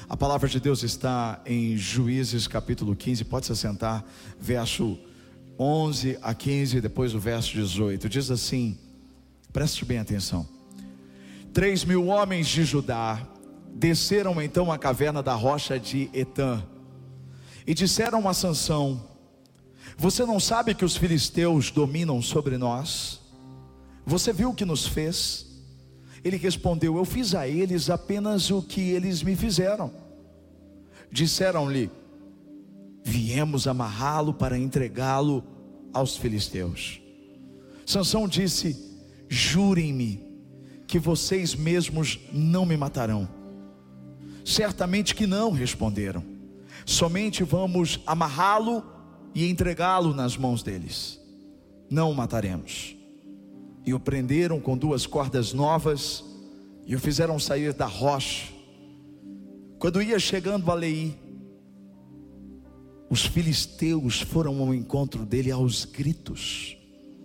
A palavra de Deus está em Juízes capítulo 15, pode se assentar, verso 11 a 15, depois o verso 18, diz assim, preste bem atenção: 3.000 homens de Judá desceram então à caverna da rocha de Etã, e disseram a Sansão: você não sabe que os filisteus dominam sobre nós? Você viu o que nos fez? Ele respondeu: eu fiz a eles apenas o que eles me fizeram. Disseram-lhe: viemos amarrá-lo para entregá-lo aos filisteus. Sansão disse: jurem-me que vocês mesmos não me matarão. Certamente que não, responderam. Somente vamos amarrá-lo e entregá-lo nas mãos deles. Não o mataremos. E o prenderam com 2 cordas novas e o fizeram sair da rocha. Quando ia chegando a Leí, os filisteus foram ao encontro dele aos gritos,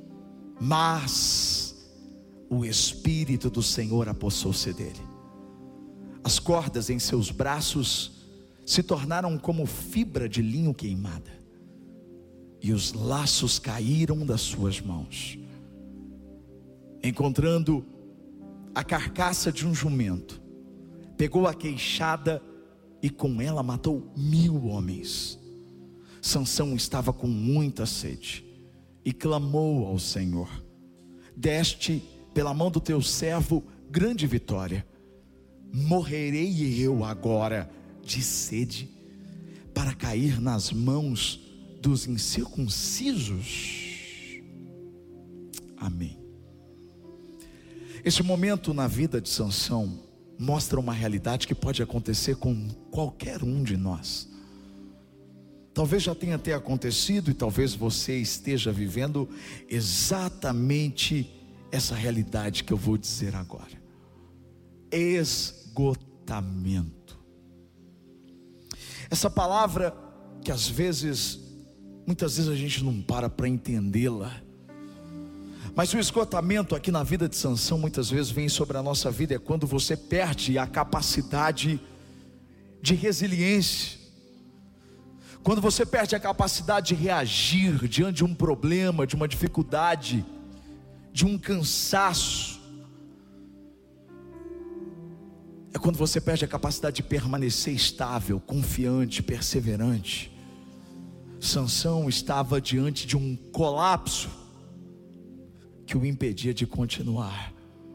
mas o Espírito do Senhor apossou-se dele. As cordas em seus braços se tornaram como fibra de linho queimada, e os laços caíram das suas mãos. Encontrando a carcaça de um jumento, pegou a queixada e com ela matou 1.000 homens. Sansão estava com muita sede e clamou ao Senhor: deste pela mão do teu servo grande vitória. Morrerei eu agora de sede para cair nas mãos dos incircuncisos? Amém. Este momento na vida de Sansão mostra uma realidade que pode acontecer com qualquer um de nós. Talvez já tenha até acontecido e talvez você esteja vivendo exatamente essa realidade que eu vou dizer agora: esgotamento. Essa palavra que muitas vezes a gente não para entendê-la. Mas o esgotamento aqui na vida de Sansão muitas vezes vem sobre a nossa vida. É quando você perde a capacidade de resiliência, quando você perde a capacidade de reagir diante de um problema, de uma dificuldade, de um cansaço. É quando você perde a capacidade de permanecer estável, confiante, perseverante. Sansão estava diante de um colapso que o impedia de continuar.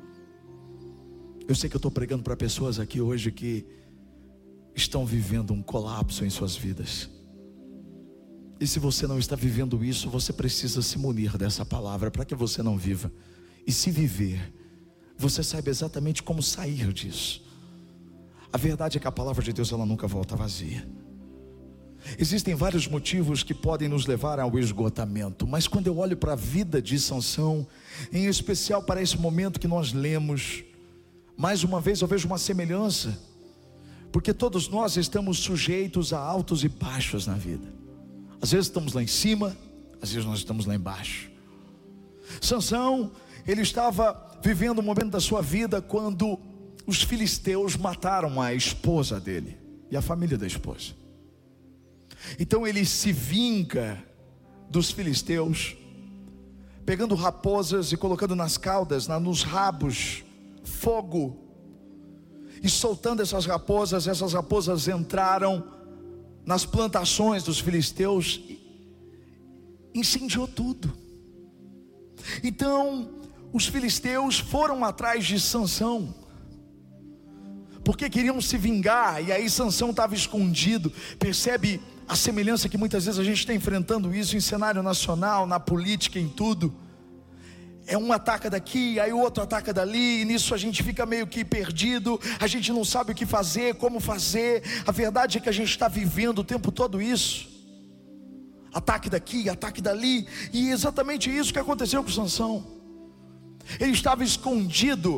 Eu sei que eu estou pregando para pessoas aqui hoje que estão vivendo um colapso em suas vidas. E se você não está vivendo isso, você precisa se munir dessa palavra para que você não viva. E se viver, você saiba exatamente como sair disso. A verdade é que a palavra de Deus, ela nunca volta vazia. Existem vários motivos que podem nos levar ao esgotamento, mas quando eu olho para a vida de Sansão, em especial para esse momento que nós lemos, mais uma vez eu vejo uma semelhança, porque todos nós estamos sujeitos a altos e baixos na vida. Às vezes estamos lá em cima, às vezes nós estamos lá embaixo. Sansão, ele estava vivendo um momento da sua vida quando os filisteus mataram a esposa dele e a família da esposa. Então ele se vinga dos filisteus, pegando raposas e colocando nas caudas, nos rabos, fogo, e soltando essas raposas entraram nas plantações dos filisteus, e incendiou tudo. Então os filisteus foram atrás de Sansão, porque queriam se vingar, e aí Sansão estava escondido. Percebe a semelhança que muitas vezes a gente está enfrentando isso em cenário nacional, na política, em tudo. É um ataca daqui, aí o outro ataca dali, e nisso a gente fica meio que perdido, a gente não sabe o que fazer, como fazer. A verdade é que a gente está vivendo o tempo todo isso, ataque daqui, ataque dali, e é exatamente isso que aconteceu com Sansão. Ele estava escondido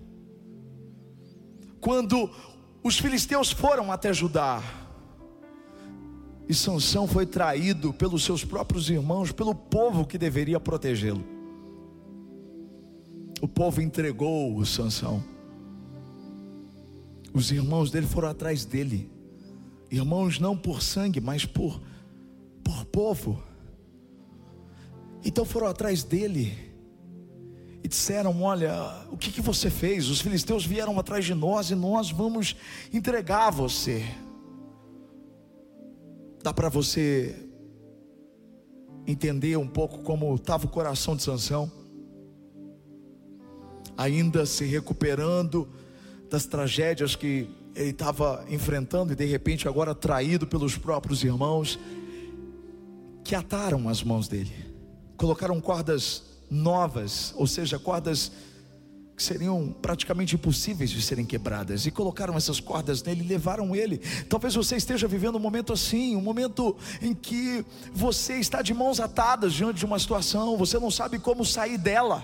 quando os filisteus foram até Judá, e Sansão foi traído pelos seus próprios irmãos, pelo povo que deveria protegê-lo. O povo entregou o Sansão. Os irmãos dele foram atrás dele. Irmãos não por sangue, mas por povo. Então foram atrás dele e disseram: olha, o que você fez? Os filisteus vieram atrás de nós e nós vamos entregar a você. Dá para você entender um pouco como estava o coração de Sansão, ainda se recuperando das tragédias que ele estava enfrentando, e de repente agora traído pelos próprios irmãos, que ataram as mãos dele, colocaram cordas novas, ou seja, cordas que seriam praticamente impossíveis de serem quebradas, e colocaram essas cordas nele e levaram ele. Talvez você esteja vivendo um momento assim, um momento em que você está de mãos atadas diante de uma situação, você não sabe como sair dela,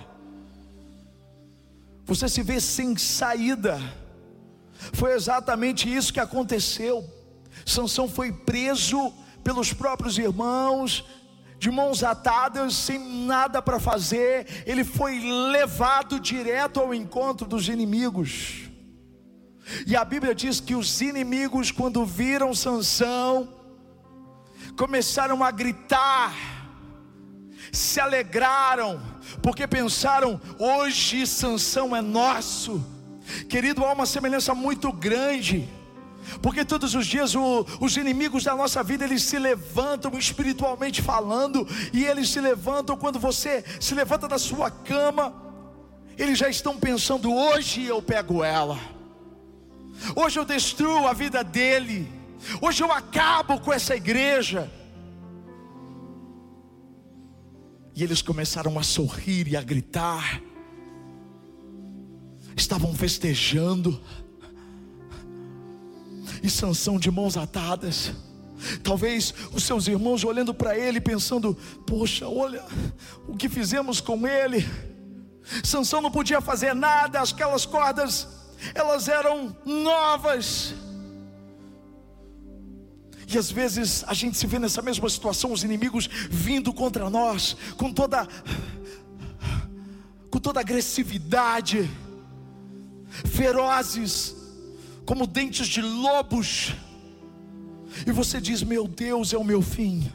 você se vê sem saída. Foi exatamente isso que aconteceu. Sansão foi preso pelos próprios irmãos, de mãos atadas, sem nada para fazer. Ele foi levado direto ao encontro dos inimigos. E a Bíblia diz que os inimigos, quando viram Sansão, começaram a gritar, se alegraram, porque pensaram: hoje Sansão é nosso. Querido, há uma semelhança muito grande, porque todos os dias os inimigos da nossa vida, eles se levantam espiritualmente falando, e eles se levantam quando você se levanta da sua cama. Eles já estão pensando: hoje eu pego ela, hoje eu destruo a vida dele, hoje eu acabo com essa igreja. E eles começaram a sorrir e a gritar, estavam festejando. E Sansão de mãos atadas, talvez os seus irmãos olhando para ele pensando: poxa, olha o que fizemos com ele. Sansão não podia fazer nada, aquelas cordas, elas eram novas. E às vezes a gente se vê nessa mesma situação, os inimigos vindo contra nós com toda agressividade, ferozes como dentes de lobos, e você diz: meu Deus, é o meu fim.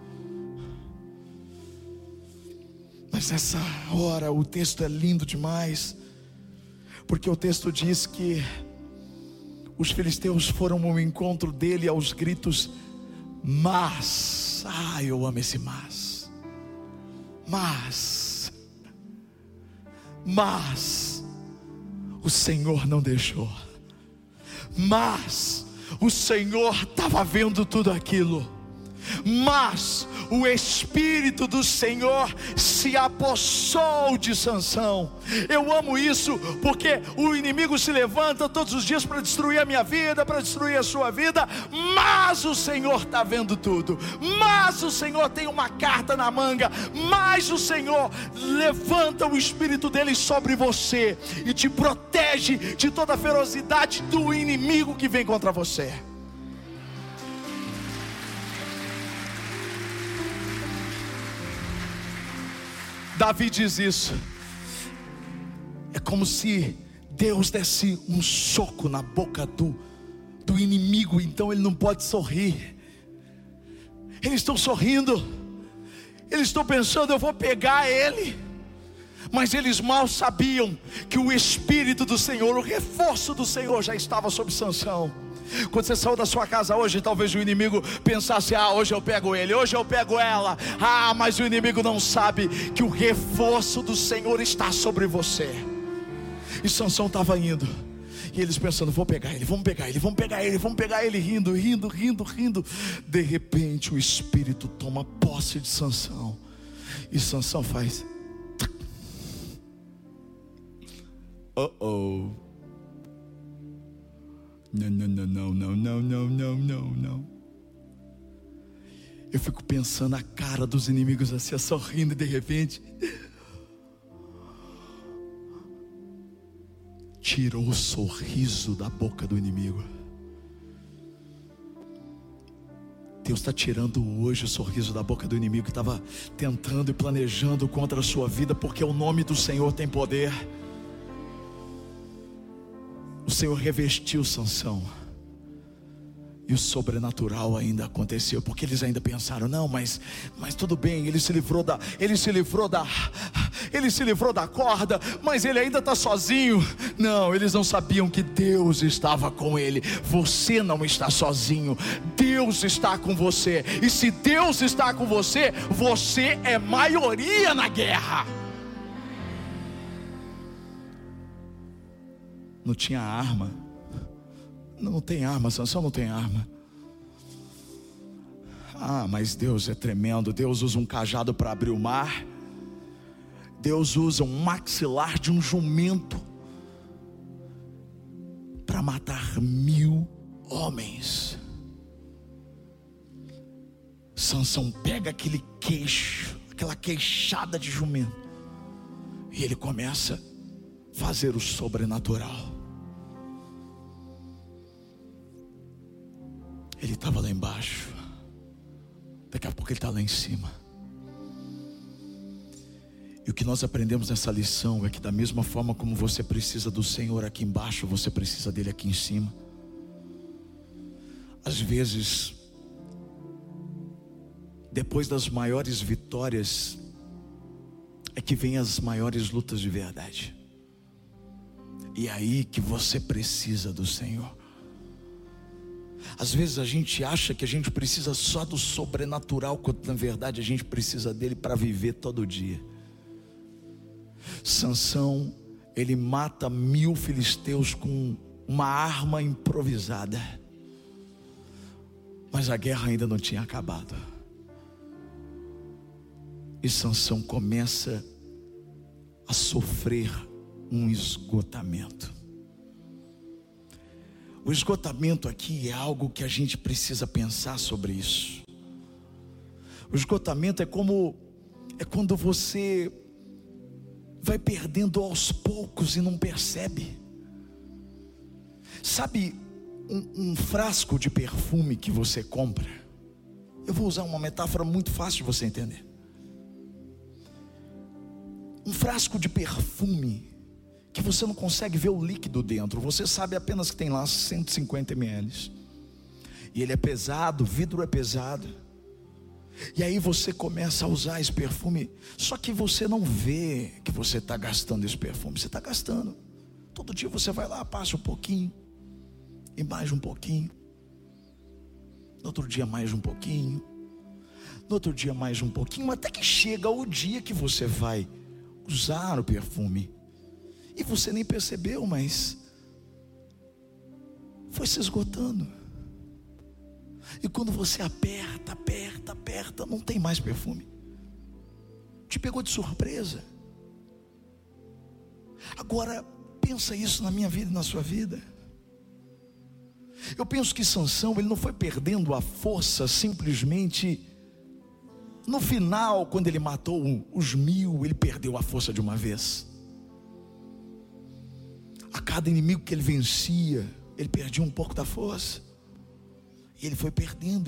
Mas nessa hora o texto é lindo demais, porque o texto diz que os filisteus foram ao encontro dele aos gritos, mas, eu amo esse mas, o Senhor não deixou. Mas o Senhor estava vendo tudo aquilo. Mas o Espírito do Senhor se apossou de Sansão. Eu amo isso, porque o inimigo se levanta todos os dias para destruir a minha vida, para destruir a sua vida. Mas o Senhor está vendo tudo. Mas o Senhor tem uma carta na manga. Mas o Senhor levanta o Espírito dele sobre você e te protege de toda a ferocidade do inimigo que vem contra você. Davi diz isso: é como se Deus desse um soco na boca do inimigo, então ele não pode sorrir. Eles estão sorrindo, eles estão pensando: eu vou pegar ele. Mas eles mal sabiam que o Espírito do Senhor, o reforço do Senhor já estava sobre Sansão. Quando você saiu da sua casa hoje, talvez o inimigo pensasse: hoje eu pego ele, hoje eu pego ela. Mas o inimigo não sabe que o reforço do Senhor está sobre você. E Sansão estava indo, e eles pensando: vamos pegar ele, vamos pegar ele, vamos pegar ele, vamos pegar ele, rindo. De repente o Espírito toma posse de Sansão, e Sansão faz Não. Eu fico pensando a cara dos inimigos assim, sorrindo, e de repente tirou o sorriso da boca do inimigo. Deus está tirando hoje o sorriso da boca do inimigo que estava tentando e planejando contra a sua vida, porque o nome do Senhor tem poder. O Senhor revestiu Sansão, e o sobrenatural ainda aconteceu, porque eles ainda pensaram: não, mas tudo bem, ele se livrou da corda, mas ele ainda está sozinho. Não, eles não sabiam que Deus estava com ele. Você não está sozinho, Deus está com você. E se Deus está com você, você é maioria na guerra. Não tinha arma. Não tem arma, Sansão não tem arma. Mas Deus é tremendo. Deus usa um cajado para abrir o mar. Deus usa um maxilar de um jumento para matar 1000 homens. Sansão pega aquele queixo, aquela queixada de jumento, e ele começa a fazer o sobrenatural. Ele estava lá embaixo, daqui a pouco ele está lá em cima. E o que nós aprendemos nessa lição é que da mesma forma como você precisa do Senhor aqui embaixo, você precisa dele aqui em cima. Às vezes, depois das maiores vitórias, é que vem as maiores lutas de verdade. E é aí que você precisa do Senhor. Às vezes a gente acha que a gente precisa só do sobrenatural, quando na verdade a gente precisa dele para viver todo dia. Sansão, ele mata 1000 filisteus com uma arma improvisada, mas a guerra ainda não tinha acabado. E Sansão começa a sofrer um esgotamento. O esgotamento aqui é algo que a gente precisa pensar sobre isso. O esgotamento é quando você vai perdendo aos poucos e não percebe. Sabe um frasco de perfume que você compra? Eu vou usar uma metáfora muito fácil de você entender. Um frasco de perfume que você não consegue ver o líquido dentro, você sabe apenas que tem lá 150 ml, e ele é pesado, o vidro é pesado, e aí você começa a usar esse perfume, só que você não vê que você está gastando esse perfume. Você está gastando, todo dia você vai lá, passa um pouquinho, e mais um pouquinho, no outro dia mais um pouquinho, no outro dia mais um pouquinho, até que chega o dia que você vai usar o perfume, e você nem percebeu, mas foi se esgotando. E quando você aperta, não tem mais perfume. Te pegou de surpresa. Agora, pensa isso na minha vida e na sua vida. Eu penso que Sansão, ele não foi perdendo a força simplesmente no final, quando ele matou os 1000, ele perdeu a força de uma vez. A cada inimigo que ele vencia, ele perdia um pouco da força. E ele foi perdendo.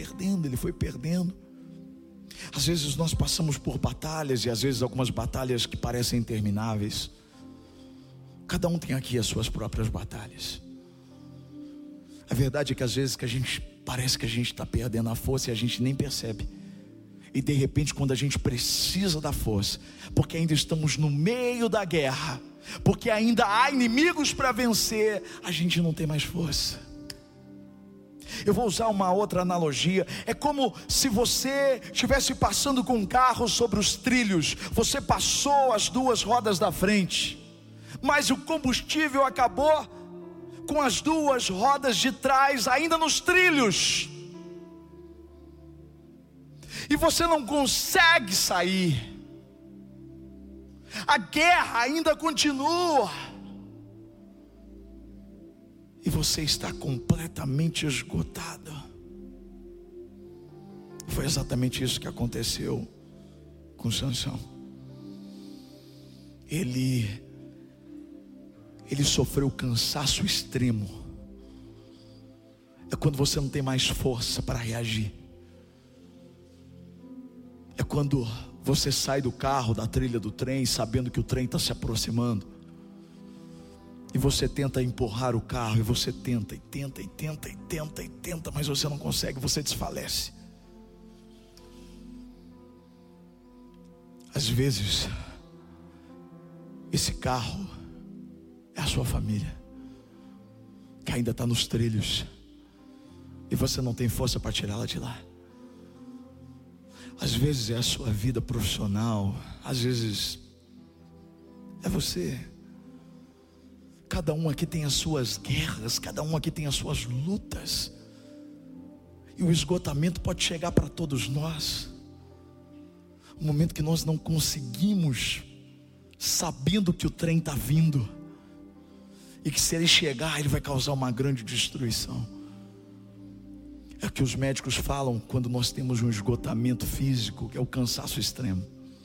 Às vezes nós passamos por batalhas, e às vezes algumas batalhas que parecem intermináveis. Cada um tem aqui as suas próprias batalhas. A verdade é que às vezes parece que a gente está perdendo a força e a gente nem percebe. E de repente, quando a gente precisa da força, porque ainda estamos no meio da guerra, porque ainda há inimigos para vencer, a gente não tem mais força. Eu vou usar uma outra analogia. É como se você estivesse passando com um carro sobre os trilhos. Você passou as 2 rodas da frente, mas o combustível acabou com as 2 rodas de trás ainda nos trilhos, e você não consegue sair. A guerra ainda continua, e você está completamente esgotado. Foi exatamente isso que aconteceu com Sansão. Ele sofreu cansaço extremo. É quando você não tem mais força para reagir. É quando você sai do carro, da trilha do trem, sabendo que o trem está se aproximando, E você tenta empurrar o carro, e você tenta, mas você não consegue, você desfalece. Às vezes, esse carro é a sua família, que ainda está nos trilhos, e você não tem força para tirá-la de lá. Às vezes é a sua vida profissional, às vezes é você. Cada um aqui tem as suas guerras, cada um aqui tem as suas lutas, e o esgotamento pode chegar para todos nós. Um momento que nós não conseguimos, sabendo que o trem está vindo, e que se ele chegar, ele vai causar uma grande destruição. É o que os médicos falam quando nós temos um esgotamento físico, que é o cansaço extremo,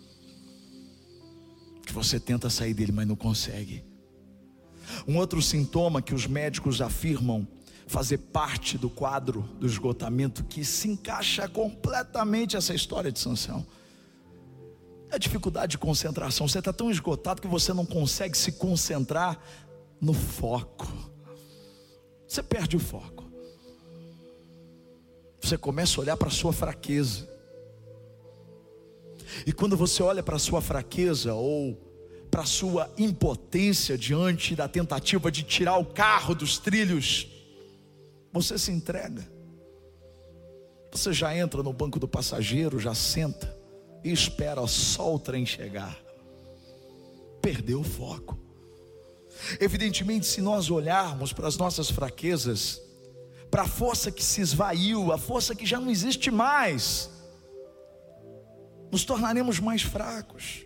que você tenta sair dele, mas não consegue. Um outro sintoma que os médicos afirmam fazer parte do quadro do esgotamento, que se encaixa completamente essa história de Sansão, é a dificuldade de concentração. Você está tão esgotado que você não consegue se concentrar no foco. Você perde o foco. Você começa a olhar para a sua fraqueza. E quando você olha para a sua fraqueza, ou para a sua impotência diante da tentativa de tirar o carro dos trilhos, você se entrega. Você já entra no banco do passageiro, já senta e espera só o trem chegar. Perdeu o foco. Evidentemente, se nós olharmos para as nossas fraquezas, para a força que se esvaiu, a força que já não existe mais, nos tornaremos mais fracos.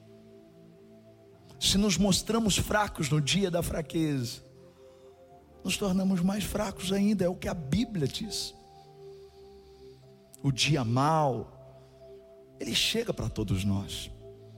Se nos mostramos fracos no dia da fraqueza, nos tornamos mais fracos ainda. É o que a Bíblia diz. O dia mau, ele chega para todos nós.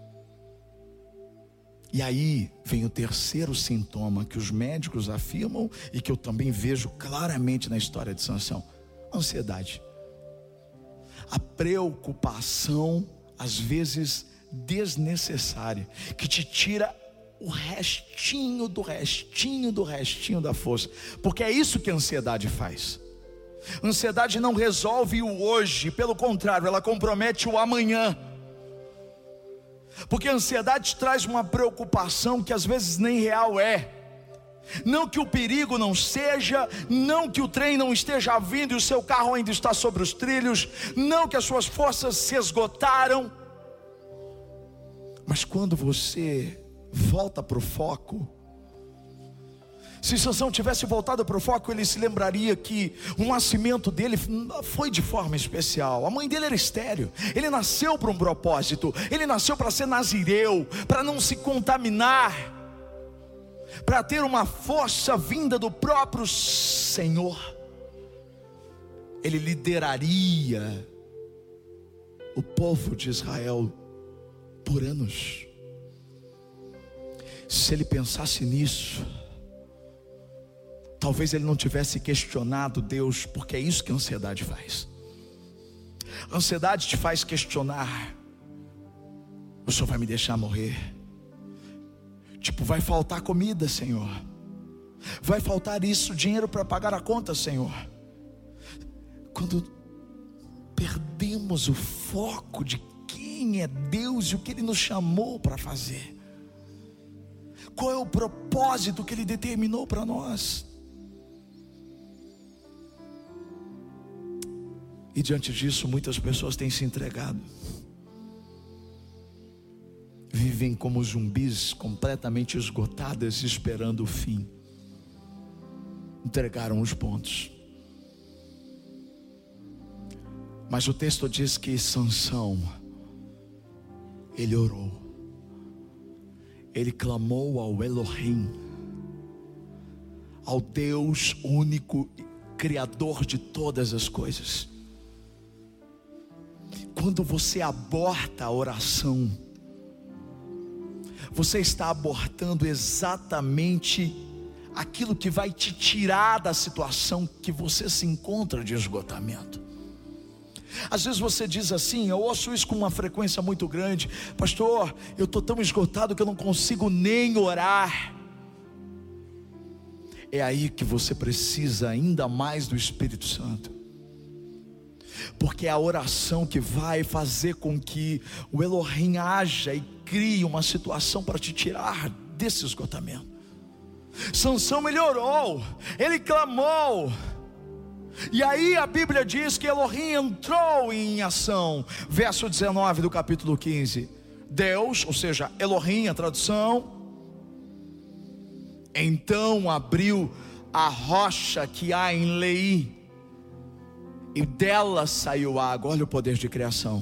E aí vem o terceiro sintoma que os médicos afirmam, e que eu também vejo claramente na história de Sansão: ansiedade. A preocupação, às vezes desnecessária, que te tira o restinho da força. Porque é isso que a ansiedade faz. A ansiedade não resolve o hoje, pelo contrário, ela compromete o amanhã. Porque a ansiedade traz uma preocupação que às vezes nem real é. Não que o perigo não seja, não que o trem não esteja vindo e o seu carro ainda está sobre os trilhos, não que as suas forças se esgotaram. Mas quando você volta para o foco, se Sansão tivesse voltado para o foco, ele se lembraria que o nascimento dele foi de forma especial. A mãe dele era estéril. Ele nasceu para um propósito. Ele nasceu para ser nazireu, para não se contaminar, para ter uma força vinda do próprio Senhor. Ele lideraria o povo de Israel por anos. Se ele pensasse nisso, talvez ele não tivesse questionado Deus, porque é isso que a ansiedade faz. A ansiedade te faz questionar: o Senhor vai me deixar morrer? Tipo, vai faltar comida, Senhor. Vai faltar isso, dinheiro para pagar a conta, Senhor. Quando perdemos o foco de quem é Deus e o que Ele nos chamou para fazer, qual é o propósito que Ele determinou para nós, e diante disso muitas pessoas têm se entregado, vivem como zumbis, completamente esgotadas, esperando o fim. Entregaram os pontos. Mas o texto diz que Sansão, ele orou, ele clamou ao Elohim, ao Deus único, Criador de todas as coisas. Quando você aborta a oração, você está abortando exatamente aquilo que vai te tirar da situação que você se encontra de esgotamento. Às vezes você diz assim, eu ouço isso com uma frequência muito grande: pastor, eu estou tão esgotado que eu não consigo nem orar. É aí que você precisa ainda mais do Espírito Santo, porque é a oração que vai fazer com que o Elohim haja e crie uma situação para te tirar desse esgotamento. Sansão, ele orou, ele clamou, e aí a Bíblia diz que Elohim entrou em ação. Verso 19 do capítulo 15. Deus, ou seja, Elohim, a tradução, então abriu a rocha que há em Leí, e dela saiu água. Olha o poder de criação.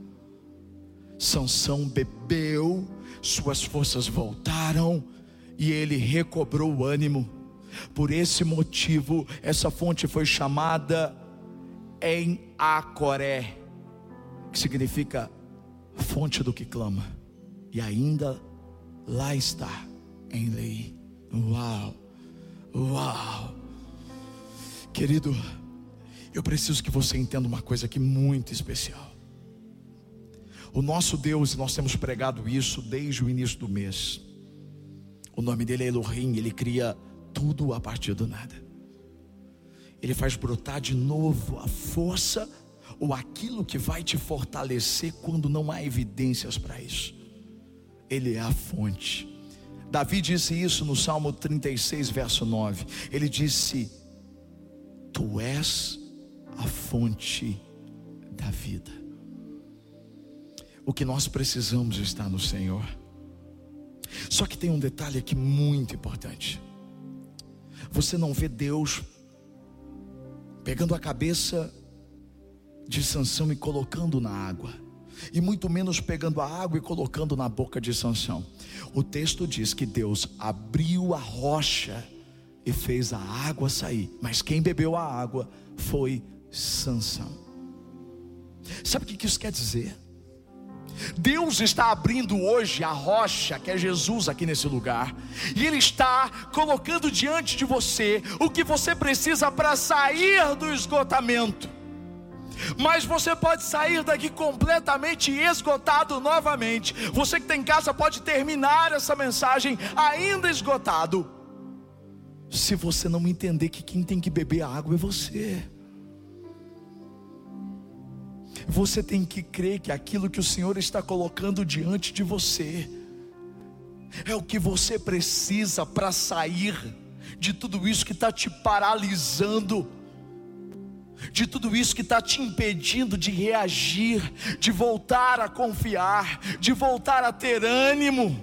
Sansão bebeu, suas forças voltaram e ele recobrou o ânimo. Por esse motivo, essa fonte foi chamada em Acoré, que significa fonte do que clama, e ainda lá está em Leí. Uau, uau. Querido, eu preciso que você entenda uma coisa aqui muito especial. O nosso Deus, nós temos pregado isso desde o início do mês. O nome dele é Elohim. Ele cria tudo a partir do nada. Ele faz brotar de novo a força ou aquilo que vai te fortalecer quando não há evidências para isso. Ele é a fonte. Davi disse isso no Salmo 36, verso 9. Ele disse: Tu és a fonte da vida. O que nós precisamos está no Senhor. Só que tem um detalhe aqui muito importante. Você não vê Deus pegando a cabeça de Sansão e colocando na água, e muito menos pegando a água e colocando na boca de Sansão. O texto diz que Deus abriu a rocha e fez a água sair, mas quem bebeu a água foi Sansão. Sabe o que isso quer dizer? Deus está abrindo hoje a rocha, que é Jesus, aqui nesse lugar, e Ele está colocando diante de você o que você precisa para sair do esgotamento. Mas você pode sair daqui completamente esgotado novamente. Você que está em casa pode terminar essa mensagem ainda esgotado, se você não entender que quem tem que beber a água é você. Você tem que crer que aquilo que o Senhor está colocando diante de você é o que você precisa para sair de tudo isso que está te paralisando, de tudo isso que está te impedindo de reagir, de voltar a confiar, de voltar a ter ânimo.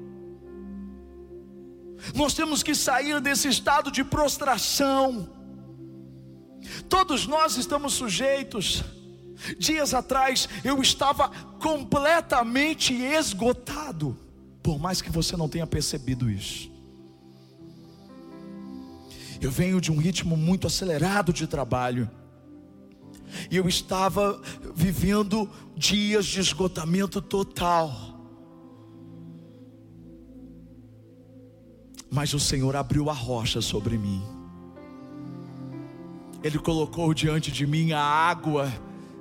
Nós temos que sair desse estado de prostração. Todos nós estamos sujeitos. Dias atrás eu estava completamente esgotado, por mais que você não tenha percebido isso. Eu venho de um ritmo muito acelerado de trabalho, e eu estava vivendo dias de esgotamento total. Mas o Senhor abriu a rocha sobre mim. Ele colocou diante de mim a água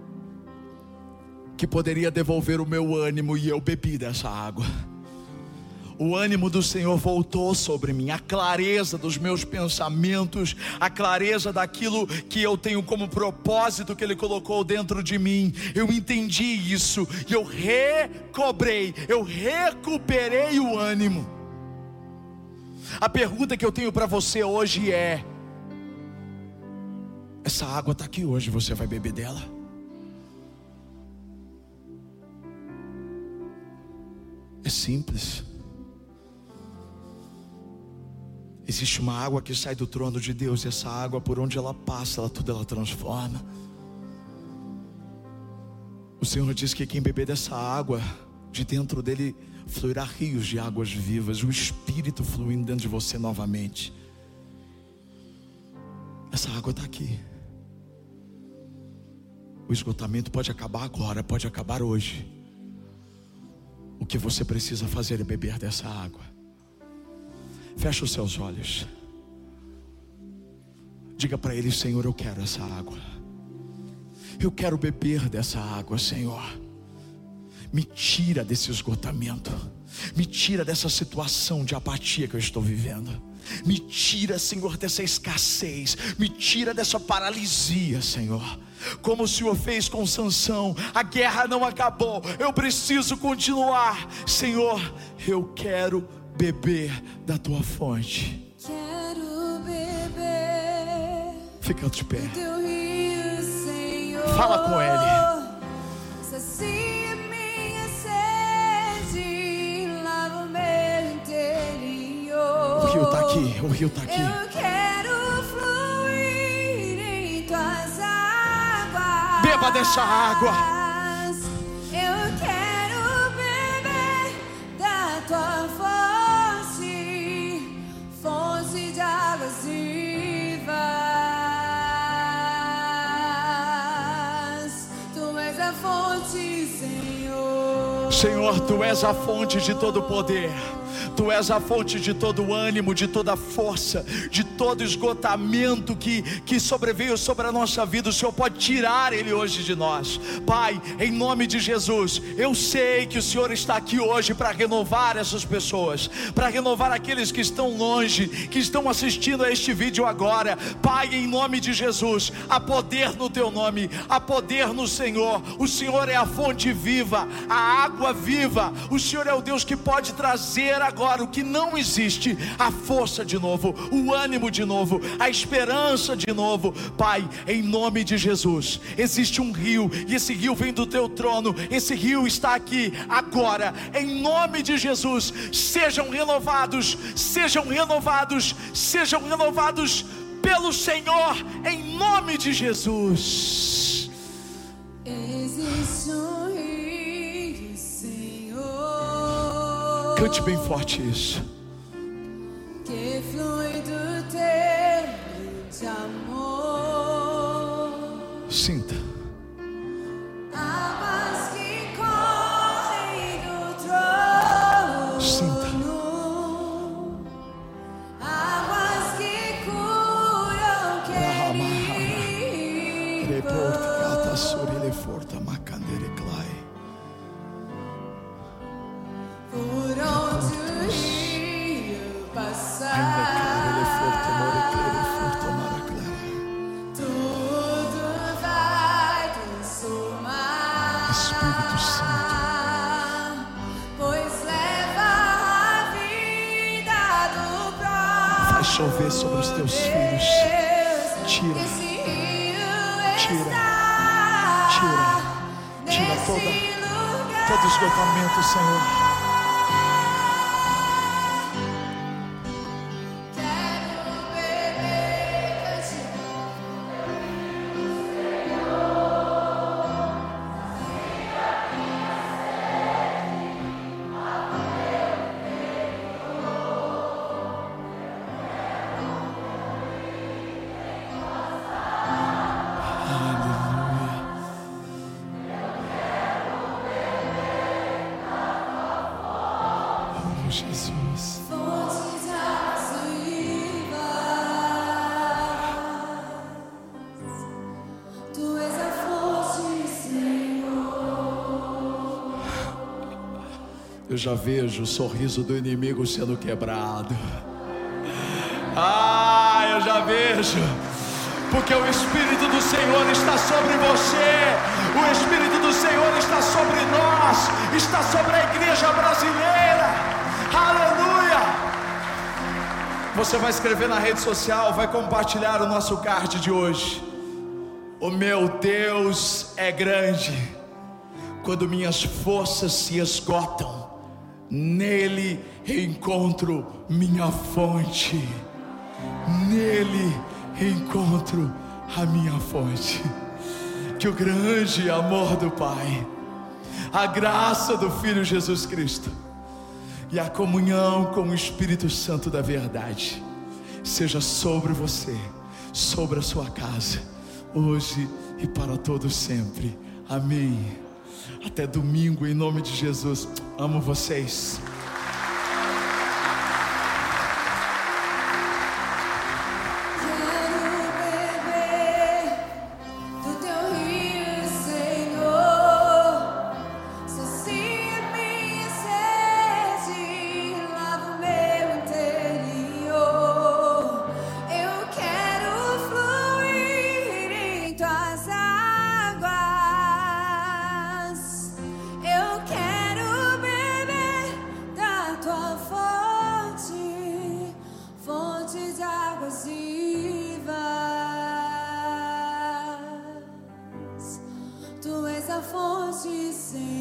que poderia devolver o meu ânimo, e eu bebi dessa água. O ânimo do Senhor voltou sobre mim, a clareza dos meus pensamentos, a clareza daquilo que eu tenho como propósito que Ele colocou dentro de mim. Eu entendi isso e eu recobrei, eu recuperei o ânimo. A pergunta que eu tenho para você hoje é: essa água está aqui hoje, você vai beber dela? É simples. Existe uma água que sai do trono de Deus, e essa água, por onde ela passa, ela transforma. O Senhor diz que quem beber dessa água, de dentro dele fluirá rios de águas vivas, o Espírito fluindo dentro de você novamente. Essa água está aqui. O esgotamento pode acabar agora, pode acabar hoje. O que você precisa fazer é beber dessa água. Feche os seus olhos. Diga para Ele: Senhor, eu quero essa água. Eu quero beber dessa água, Senhor. Me tira desse esgotamento. Me tira dessa situação de apatia que eu estou vivendo. Me tira, Senhor, dessa escassez. Me tira dessa paralisia, Senhor. Como o Senhor fez com Sansão. A guerra não acabou, eu preciso continuar. Senhor, eu quero beber da tua fonte. Quero beber. Fica de pé. Do teu rio, Senhor. Fala com Ele. Sacia minha sede, lava o meu interior. O rio está aqui, o rio está aqui. Eu quero fluir em tuas águas. Beba dessa água. Eu quero beber da tua fonte, fonte de águas vivas. Tu és a fonte, Senhor. Senhor, Tu és a fonte de todo poder. Tu és a fonte de todo ânimo, de toda força, de todo esgotamento que sobreveio sobre a nossa vida. O Senhor pode tirar ele hoje de nós. Pai, em nome de Jesus, eu sei que o Senhor está aqui hoje para renovar essas pessoas, para renovar aqueles que estão longe, que estão assistindo a este vídeo agora. Pai, em nome de Jesus, há poder no Teu nome, há poder no Senhor. O Senhor é a fonte viva, a água viva. O Senhor é o Deus que pode trazer agora o que não existe, a força de novo, o ânimo de novo, a esperança de novo. Pai, em nome de Jesus, existe um rio, e esse rio vem do Teu trono. Esse rio está aqui agora, em nome de Jesus. Sejam renovados, sejam renovados, sejam renovados pelo Senhor, em nome de Jesus. Existe um rio, Senhor, Cante bem forte isso. que flui do Teu rio de amor. Sinta. Águas que correm do trono. Sinta. Águas que curam por onde o rio passar, tudo vai transformar. Espírito Santo, pois leva a vida do próprio. faz chover sobre os Teus filhos. Tira, tira todo esgotamento, Senhor. Jesus. Fontes vivas, Tu és a fonte, Senhor. Eu já vejo o sorriso do inimigo sendo quebrado. Eu já vejo, porque o Espírito do Senhor está sobre você. O Espírito do Senhor está sobre nós, está sobre a igreja brasileira. Aleluia! Você vai escrever na rede social, vai compartilhar o nosso card de hoje. O meu Deus é grande. Quando minhas forças se esgotam, nele encontro minha fonte. Nele encontro a minha fonte. Que o grande amor do Pai, a graça do Filho Jesus Cristo e a comunhão com o Espírito Santo da verdade seja sobre você, sobre a sua casa, hoje e para todo sempre. Amém. Até domingo, em nome de Jesus. Amo vocês. Do Teu rio, Senhor, sacia Senhor.